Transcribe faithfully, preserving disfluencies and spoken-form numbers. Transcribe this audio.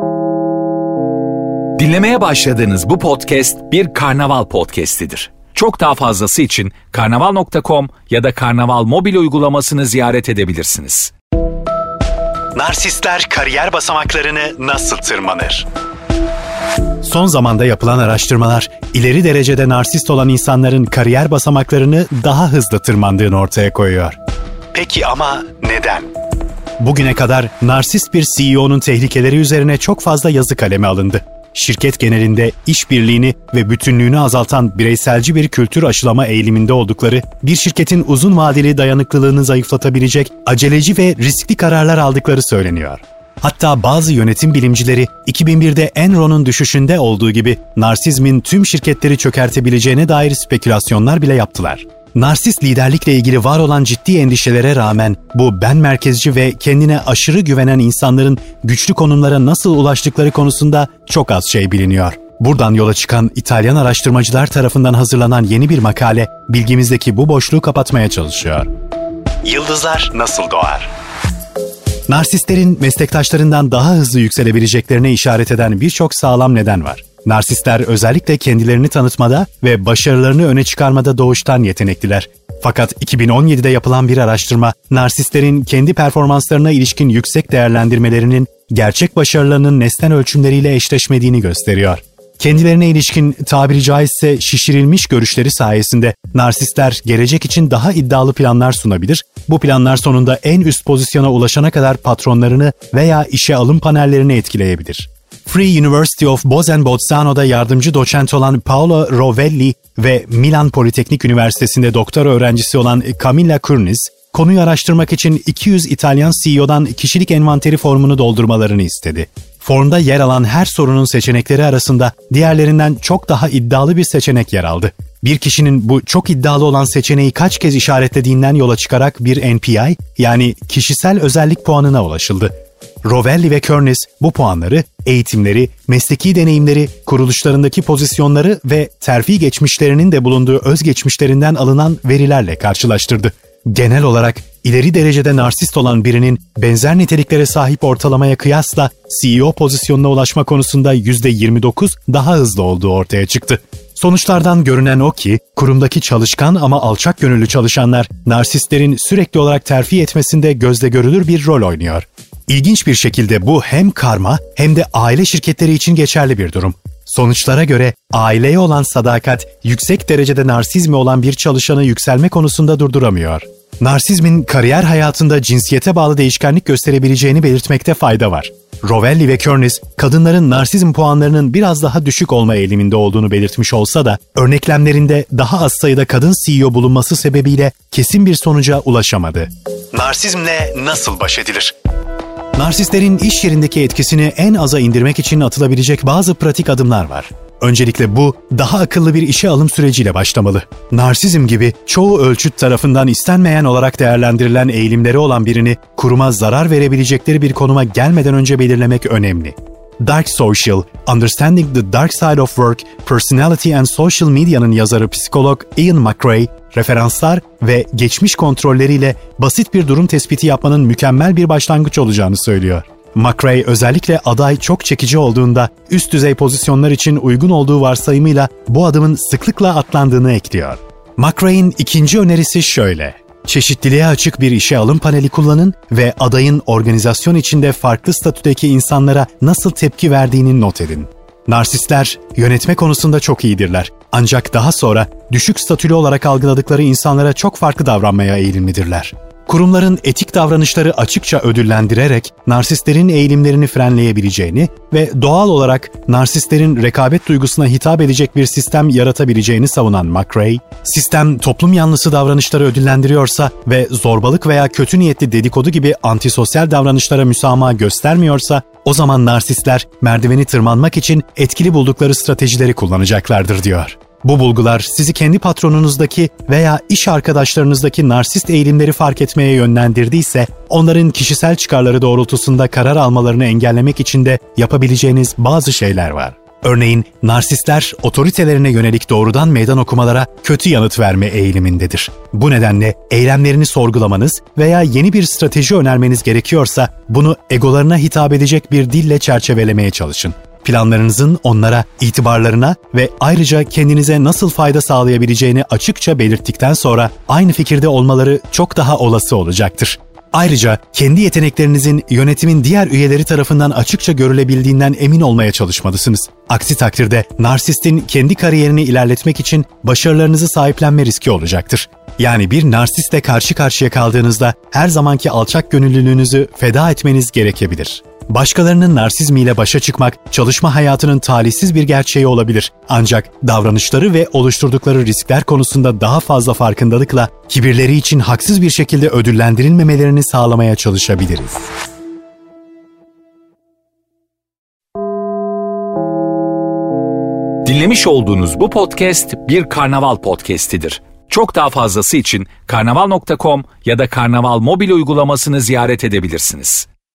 Dinlemeye başladığınız bu podcast bir Karnaval podcastidir. Çok daha fazlası için karnaval nokta com ya da Karnaval mobil uygulamasını ziyaret edebilirsiniz. Narsistler kariyer basamaklarını nasıl tırmanır? Son zamanda yapılan araştırmalar, ileri derecede narsist olan insanların kariyer basamaklarını daha hızlı tırmandığını ortaya koyuyor. Peki ama neden? Bugüne kadar narsist bir C E O'nun tehlikeleri üzerine çok fazla yazı kaleme alındı. Şirket genelinde işbirliğini ve bütünlüğünü azaltan bireyselci bir kültür aşılama eğiliminde oldukları, bir şirketin uzun vadeli dayanıklılığını zayıflatabilecek aceleci ve riskli kararlar aldıkları söyleniyor. Hatta bazı yönetim bilimcileri iki bin birde Enron'un düşüşünde olduğu gibi narsizmin tüm şirketleri çökertebileceğine dair spekülasyonlar bile yaptılar. Narsist liderlikle ilgili var olan ciddi endişelere rağmen bu ben merkezci ve kendine aşırı güvenen insanların güçlü konumlara nasıl ulaştıkları konusunda çok az şey biliniyor. Buradan yola çıkan İtalyan araştırmacılar tarafından hazırlanan yeni bir makale bilgimizdeki bu boşluğu kapatmaya çalışıyor. Yıldızlar nasıl doğar? Narsistlerin meslektaşlarından daha hızlı yükselebileceklerine işaret eden birçok sağlam neden var. Narsistler özellikle kendilerini tanıtmada ve başarılarını öne çıkarmada doğuştan yetenekliler. Fakat iki bin on yedide yapılan bir araştırma, narsistlerin kendi performanslarına ilişkin yüksek değerlendirmelerinin gerçek başarılarının nesnel ölçümleriyle eşleşmediğini gösteriyor. Kendilerine ilişkin tabiri caizse şişirilmiş görüşleri sayesinde narsistler gelecek için daha iddialı planlar sunabilir, bu planlar sonunda en üst pozisyona ulaşana kadar patronlarını veya işe alım panellerini etkileyebilir. Free University of Bozen Bolzano'da yardımcı doçent olan Paolo Rovelli ve Milan Politeknik Üniversitesi'nde doktora öğrencisi olan Camilla Kurnis, konuyu araştırmak için iki yüz İtalyan C E O'dan kişilik envanteri formunu doldurmalarını istedi. Formda yer alan her sorunun seçenekleri arasında diğerlerinden çok daha iddialı bir seçenek yer aldı. Bir kişinin bu çok iddialı olan seçeneği kaç kez işaretlediğinden yola çıkarak bir N P I yani kişisel özellik puanına ulaşıldı. Rovelli ve Kurnis bu puanları, eğitimleri, mesleki deneyimleri, kuruluşlarındaki pozisyonları ve terfi geçmişlerinin de bulunduğu özgeçmişlerinden alınan verilerle karşılaştırdı. Genel olarak ileri derecede narsist olan birinin benzer niteliklere sahip ortalamaya kıyasla C E O pozisyonuna ulaşma konusunda yüzde yirmi dokuz daha hızlı olduğu ortaya çıktı. Sonuçlardan görünen o ki, kurumdaki çalışkan ama alçak gönüllü çalışanlar, narsistlerin sürekli olarak terfi etmesinde gözle görülür bir rol oynuyor. İlginç bir şekilde bu hem karma hem de aile şirketleri için geçerli bir durum. Sonuçlara göre aileye olan sadakat, yüksek derecede narsizmi olan bir çalışanı yükselme konusunda durduramıyor. Narsizmin kariyer hayatında cinsiyete bağlı değişkenlik gösterebileceğini belirtmekte fayda var. Rovelli ve Kurnis, kadınların narsizm puanlarının biraz daha düşük olma eğiliminde olduğunu belirtmiş olsa da, örneklemlerinde daha az sayıda kadın C E O bulunması sebebiyle kesin bir sonuca ulaşamadı. Narsizmle nasıl baş edilir? Narsistlerin iş yerindeki etkisini en aza indirmek için atılabilecek bazı pratik adımlar var. Öncelikle bu, daha akıllı bir işe alım süreciyle başlamalı. Narsizm gibi çoğu ölçüt tarafından istenmeyen olarak değerlendirilen eğilimleri olan birini kuruma zarar verebilecekleri bir konuma gelmeden önce belirlemek önemli. Dark Social, Understanding the Dark Side of Work, Personality and Social Media'nın yazarı psikolog Ian McRae, referanslar ve geçmiş kontrolleriyle basit bir durum tespiti yapmanın mükemmel bir başlangıç olacağını söylüyor. McRae özellikle aday çok çekici olduğunda üst düzey pozisyonlar için uygun olduğu varsayımıyla bu adımın sıklıkla atlandığını ekliyor. McRae'in ikinci önerisi şöyle: çeşitliliğe açık bir işe alım paneli kullanın ve adayın organizasyon içinde farklı statüdeki insanlara nasıl tepki verdiğini not edin. Narsistler yönetme konusunda çok iyidirler. Ancak daha sonra düşük statülü olarak algıladıkları insanlara çok farklı davranmaya eğilimlidirler. Kurumların etik davranışları açıkça ödüllendirerek narsistlerin eğilimlerini frenleyebileceğini ve doğal olarak narsistlerin rekabet duygusuna hitap edecek bir sistem yaratabileceğini savunan McRae, sistem toplum yanlısı davranışları ödüllendiriyorsa ve zorbalık veya kötü niyetli dedikodu gibi antisosyal davranışlara müsamaha göstermiyorsa, o zaman narsistler merdiveni tırmanmak için etkili buldukları stratejileri kullanacaklardır diyor. Bu bulgular sizi kendi patronunuzdaki veya iş arkadaşlarınızdaki narsist eğilimleri fark etmeye yönlendirdiyse, onların kişisel çıkarları doğrultusunda karar almalarını engellemek için de yapabileceğiniz bazı şeyler var. Örneğin narsistler otoritelerine yönelik doğrudan meydan okumalara kötü yanıt verme eğilimindedir. Bu nedenle eylemlerini sorgulamanız veya yeni bir strateji önermeniz gerekiyorsa bunu egolarına hitap edecek bir dille çerçevelemeye çalışın. Planlarınızın onlara, itibarlarına ve ayrıca kendinize nasıl fayda sağlayabileceğini açıkça belirttikten sonra aynı fikirde olmaları çok daha olası olacaktır. Ayrıca kendi yeteneklerinizin yönetimin diğer üyeleri tarafından açıkça görülebildiğinden emin olmaya çalışmalısınız. Aksi takdirde narsistin kendi kariyerini ilerletmek için başarılarınızı sahiplenme riski olacaktır. Yani bir narsistle karşı karşıya kaldığınızda her zamanki alçak gönüllülüğünüzü feda etmeniz gerekebilir. Başkalarının narsizmiyle başa çıkmak, çalışma hayatının talihsiz bir gerçeği olabilir. Ancak davranışları ve oluşturdukları riskler konusunda daha fazla farkındalıkla kibirleri için haksız bir şekilde ödüllendirilmemelerini sağlamaya çalışabiliriz. Dinlemiş olduğunuz bu podcast bir Karnaval podcastidir. Çok daha fazlası için karnaval nokta com ya da Karnaval mobil uygulamasını ziyaret edebilirsiniz.